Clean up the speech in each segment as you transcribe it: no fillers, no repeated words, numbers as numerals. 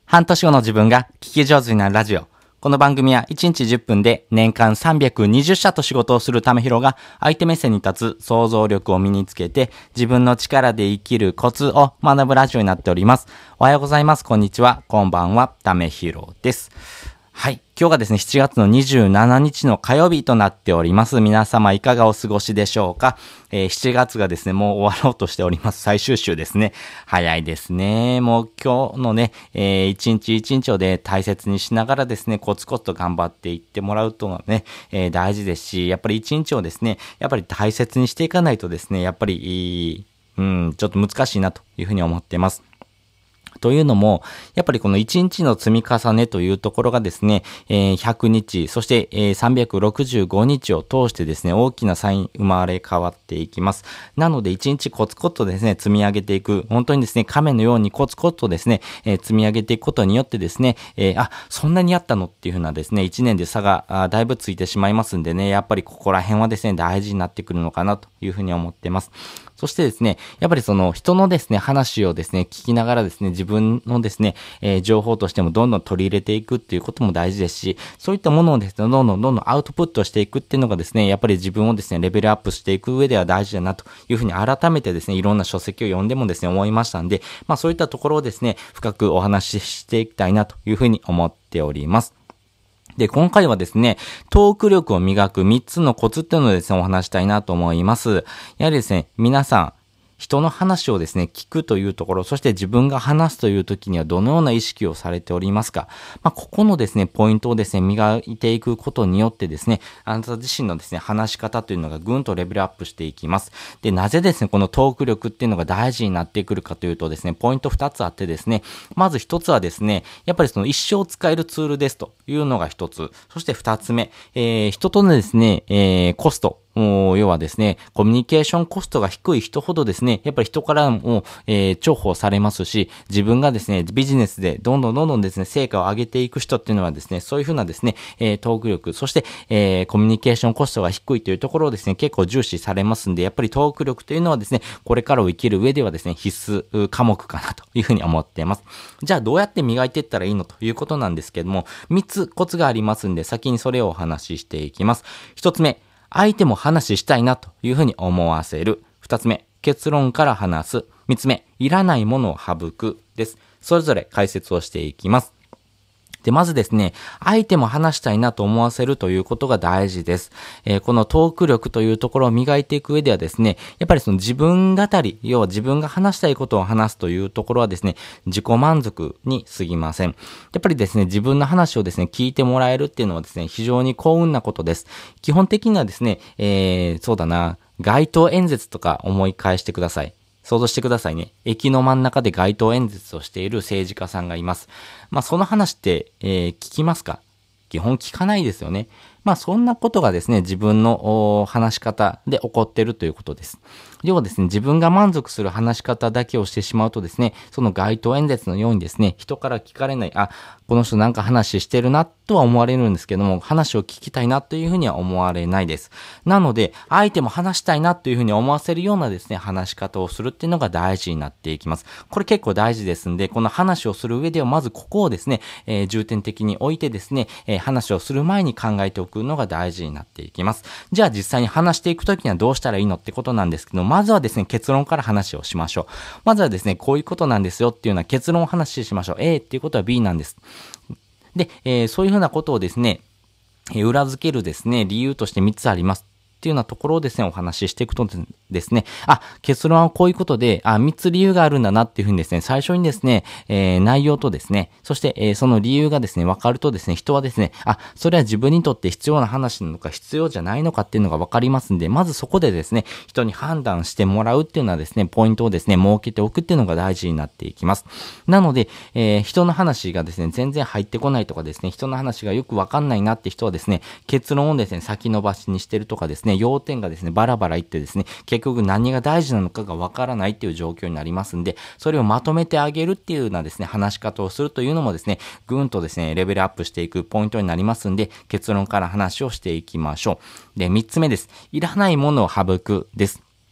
半年後の自分が聞き上手になるラジオ。この番組は1日10分で年間320社と仕事をするためひろが相手目線に立つ想像力を身につけて自分の力で生きるコツを学ぶラジオになっております。おはようございます。こんにちは。こんばんは。ためひろです。はい。今日がですね、7月の27日の火曜日となっております。皆様いかがお過ごしでしょうか。7月がですね、もう終わろうとしております。最終週ですね。早いですね。もう今日のね、一日一日をね、大切にしながらですね、コツコツと頑張っていってもらうとね、大事ですし、やっぱり一日をですね、やっぱり大切にしていかないとですね、やっぱり、ちょっと難しいなというふうに思っています。というのも、やっぱりこの1日の積み重ねというところがですね、100日、そして365日を通してですね、大きな差に生まれ変わっていきます。なので1日コツコツとですね、積み上げていく、本当にですね、亀のようにコツコツとですね、積み上げていくことによってですね、そんなにあったのっていうふうなですね、1年で差がだいぶついてしまいますんでね、やっぱりここら辺はですね、大事になってくるのかなというふうに思ってます。そしてですね、やっぱりその人のですね、話をですね、聞きながらですね、自分のですね、情報としてもどんどん取り入れていくっていうことも大事ですし、そういったものをですね、どんどんアウトプットしていくっていうのがですね、やっぱり自分をですね、レベルアップしていく上では大事だなというふうに改めてですね、いろんな書籍を読んでもですね、思いましたんで、そういったところをですね、深くお話ししていきたいなというふうに思っております。で、今回はですね、トーク力を磨く3つのコツっていうのをですね、お話したいなと思います。やはりですね、皆さん、人の話をですね、聞くというところ、そして自分が話すという時にはどのような意識をされておりますか？ここのですね、ポイントをですね、磨いていくことによってですね、あなた自身のですね、話し方というのがぐんとレベルアップしていきます。で、なぜですね、このトーク力っていうのが大事になってくるかというとですね、ポイント2つあってですね、まず1つはですね、やっぱりその一生使えるツールですというのが1つ。そして2つ目、人とのですね、コスト。要はですね、コミュニケーションコストが低い人ほどですね、やっぱり人からも、重宝されますし、自分がですね、ビジネスでどんどんですね、成果を上げていく人っていうのはですね、そういうふうなですね、トーク力、そして、コミュニケーションコストが低いというところをですね、結構重視されますんで、やっぱりトーク力というのはですね、これからを生きる上ではですね、必須科目かなというふうに思っています。じゃあどうやって磨いていったらいいのということなんですけども、3つコツがありますんで、先にそれをお話ししていきます。1つ目、相手も話したいなというふうに思わせる。2つ目、結論から話す。3つ目、いらないものを省くです。それぞれ解説をしていきます。で、まずですね、相手も話したいなと思わせるということが大事です。このトーク力というところを磨いていく上ではですね、やっぱりその自分語り、要は自分が話したいことを話すというところはですね、自己満足に過ぎません。やっぱりですね、自分の話をですね、聞いてもらえるっていうのはですね、非常に幸運なことです。基本的にはですね、そうだな、街頭演説とか思い返してください。想像してくださいね。駅の真ん中で街頭演説をしている政治家さんがいます。その話って、聞きますか？基本聞かないですよね。そんなことがですね、自分の話し方で起こっているということです。要はですね、自分が満足する話し方だけをしてしまうとですね、その街頭演説のようにですね、人から聞かれない、この人なんか話してるなとは思われるんですけども、話を聞きたいなというふうには思われないです。なので、相手も話したいなというふうに思わせるようなですね、話し方をするっていうのが大事になっていきます。これ結構大事ですんで、この話をする上ではまずここをですね、重点的に置いてですね、話をする前に考えておくのが大事になっていきます。じゃあ実際に話していくときにはどうしたらいいのってことなんですけど、まずはですね、結論から話をしましょう。まずはですね、こういうことなんですよっていうような結論を話しましょう。A っていうことは B なんです。で、そういうふうなことをですね、裏付けるですね、理由として3つあります。っていうようなところをですね、お話ししていくとですね、結論はこういうことで、3つ理由があるんだなっていうふうにですね、最初にですね、内容とですね、そして、その理由がですね、分かるとですね、人はですね、それは自分にとって必要な話なのか必要じゃないのかっていうのが分かりますんで、まずそこでですね、人に判断してもらうっていうのはですね、ポイントをですね、設けておくっていうのが大事になっていきます。なので、人の話がですね、全然入ってこないとかですね、人の話がよく分かんないなって人はですね、結論をですね、先延ばしにしてるとかですね、要点がですね、バラバラいってですね、結局何が大事なのかがわからないっていう状況になりますんで、それをまとめてあげるっていうようなですね、話し方をするというのもですね、ぐんとですね、レベルアップしていくポイントになりますんで、結論から話をしていきましょう。で、3つ目です。いらないものを省くです。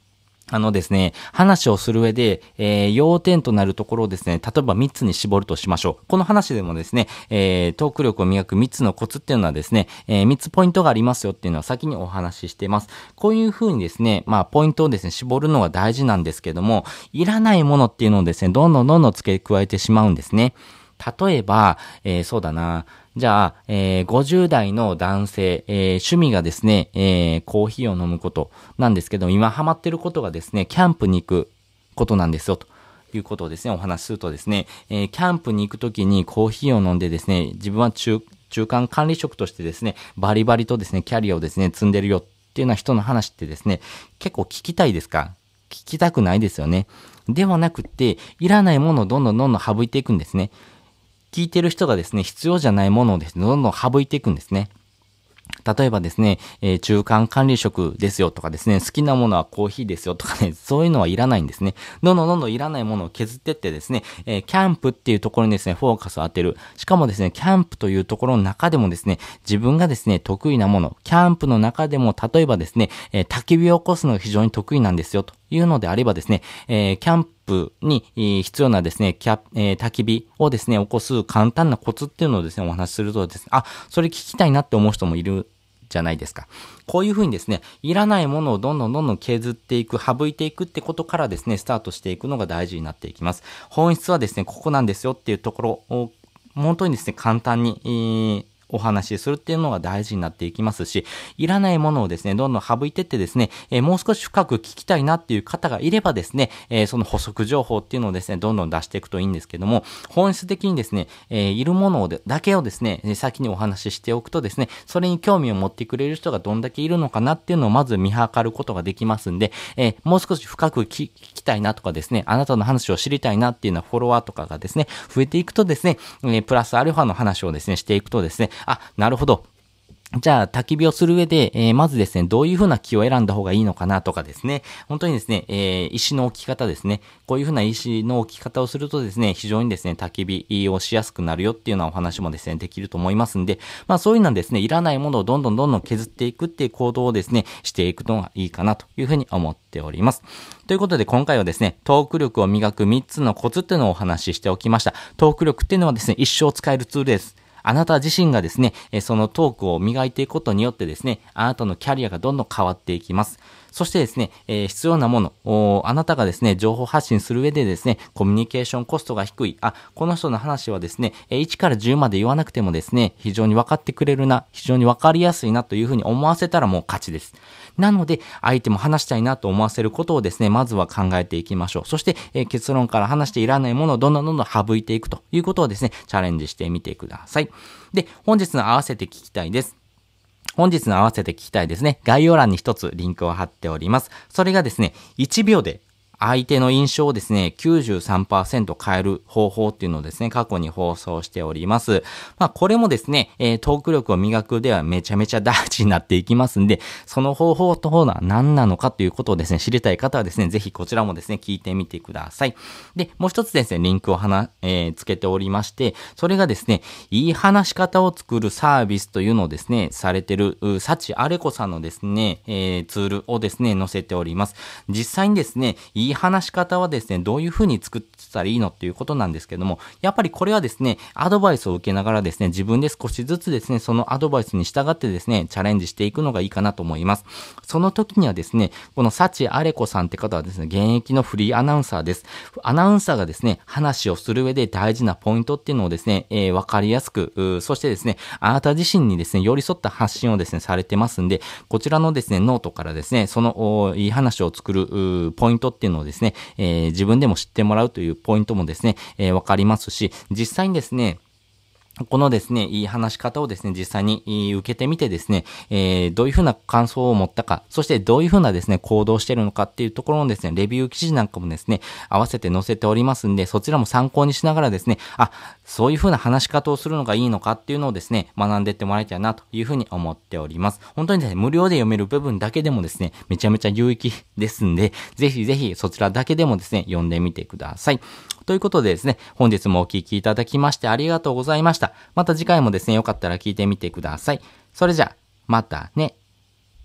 ですね、話をする上で、要点となるところをですね、例えば3つに絞るとしましょう。この話でもですね、トーク力を磨く3つのコツっていうのはですね、3つポイントがありますよっていうのは先にお話ししています。こういう風にですね、ポイントをですね、絞るのが大事なんですけども、いらないものっていうのをですね、どんどん付け加えてしまうんですね。例えば、そうだな。じゃあ、50代の男性、趣味がですね、コーヒーを飲むことなんですけど、今ハマってることがですね、キャンプに行くことなんですよ、ということをですね、お話しするとですね、キャンプに行くときにコーヒーを飲んでですね、自分は中間管理職としてですね、バリバリとですね、キャリアをですね、積んでるよっていうような人の話ってですね、結構聞きたいですか？聞きたくないですよね。ではなくて、いらないものをどんどん省いていくんですね。聞いてる人がですね、必要じゃないものをですね、どんどん省いていくんですね。例えばですね、中間管理職ですよとかですね、好きなものはコーヒーですよとかね、そういうのはいらないんですね。どんどんいらないものを削ってってですね、キャンプっていうところにですね、フォーカスを当てる。しかもですね、キャンプというところの中でもですね、自分がですね、得意なもの、キャンプの中でも例えばですね、焚き火を起こすのが非常に得意なんですよというのであればですね、キャンプに必要なですね、焚き火をですね、起こす簡単なコツっていうのをですね、お話しするとですね、それ聞きたいなって思う人もいるじゃないですか。こういうふうにですね、いらないものをどんどん削っていく、省いていくってことからですね、スタートしていくのが大事になっていきます。本質はですね、ここなんですよっていうところを、本当にですね、簡単に、お話しするっていうのが大事になっていきますし、いらないものをですね、どんどん省いてってですね、もう少し深く聞きたいなっていう方がいればですね、その補足情報っていうのをですね、どんどん出していくといいんですけども、本質的にですね、いるものだけをですね、先にお話ししておくとですね、それに興味を持ってくれる人がどんだけいるのかなっていうのをまず見計ることができますんで、もう少し深く聞きたいなとかですね、あなたの話を知りたいなっていうようなフォロワーとかがですね、増えていくとですね、プラスアルファの話をですね、していくとですね、なるほど。じゃあ、焚き火をする上で、まずですね、どういう風な木を選んだ方がいいのかなとかですね、本当にですね、石の置き方ですね、こういう風な石の置き方をするとですね、非常にですね、焚き火をしやすくなるよっていうようなお話もですね、できると思いますんで、そういうのはですね、いらないものをどんどん削っていくっていう行動をですね、していくのがいいかなという風に思っております。ということで、今回はですね、トーク力を磨く3つのコツっていうのをお話ししておきました。トーク力っていうのはですね、一生使えるツールです。あなた自身がですね、そのトークを磨いていくことによってですね、あなたのキャリアがどんどん変わっていきます。そしてですね、必要なもの、あなたがですね、情報発信する上でですね、コミュニケーションコストが低い、この人の話はですね、1から10まで言わなくてもですね、非常に分かってくれるな、非常に分かりやすいなというふうに思わせたらもう勝ちです。なので、相手も話したいなと思わせることをですね、まずは考えていきましょう。そして、結論から話していらないものをどんどん省いていくということをですね、チャレンジしてみてください。で、本日の合わせて聞きたいです。本日の合わせて聞きたいですね。概要欄に一つリンクを貼っております。それがですね、1秒で相手の印象をですね、93% 変える方法っていうのをですね、過去に放送しております。これもですね、トーク力を磨くではめちゃめちゃ大事になっていきますんで、その方法とは何なのかということをですね、知りたい方はですね、ぜひこちらもですね、聞いてみてください。で、もう一つですね、リンクをつけておりまして、それがですね、いい話し方を作るサービスというのをですね、されてる、幸あれ子さんのですね、ツールをですね、載せております。実際にですね、いい話し方はですね、どういう風に作ったらいいのっていうことなんですけども、やっぱりこれはですね、アドバイスを受けながらですね、自分で少しずつですね、そのアドバイスに従ってですね、チャレンジしていくのがいいかなと思います。その時にはですね、この幸あれ子さんって方はですね、現役のフリーアナウンサーです。アナウンサーがですね、話をする上で大事なポイントっていうのをですね、わかりやすく、そしてですね、あなた自身にですね、寄り添った発信をですね、されてますんで、こちらのですね、ノートからですね、そのいい話を作るポイントっていうのをですね、自分でも知ってもらうというポイントもですね、わかりますし、実際にですね、このですね、いい話し方をですね、実際に受けてみてですね、どういうふうな感想を持ったか、そしてどういうふうなですね、行動をしているのかっていうところのですね、レビュー記事なんかもですね、合わせて載せておりますんで、そちらも参考にしながらですね、そういうふうな話し方をするのがいいのかっていうのをですね、学んでいってもらいたいなというふうに思っております。本当にですね、無料で読める部分だけでもですね、めちゃめちゃ有益ですんで、ぜひぜひそちらだけでもですね、読んでみてください。ということでですね、本日もお聞きいただきましてありがとうございました。また次回もですね、よかったら聞いてみてください。それじゃ、またね。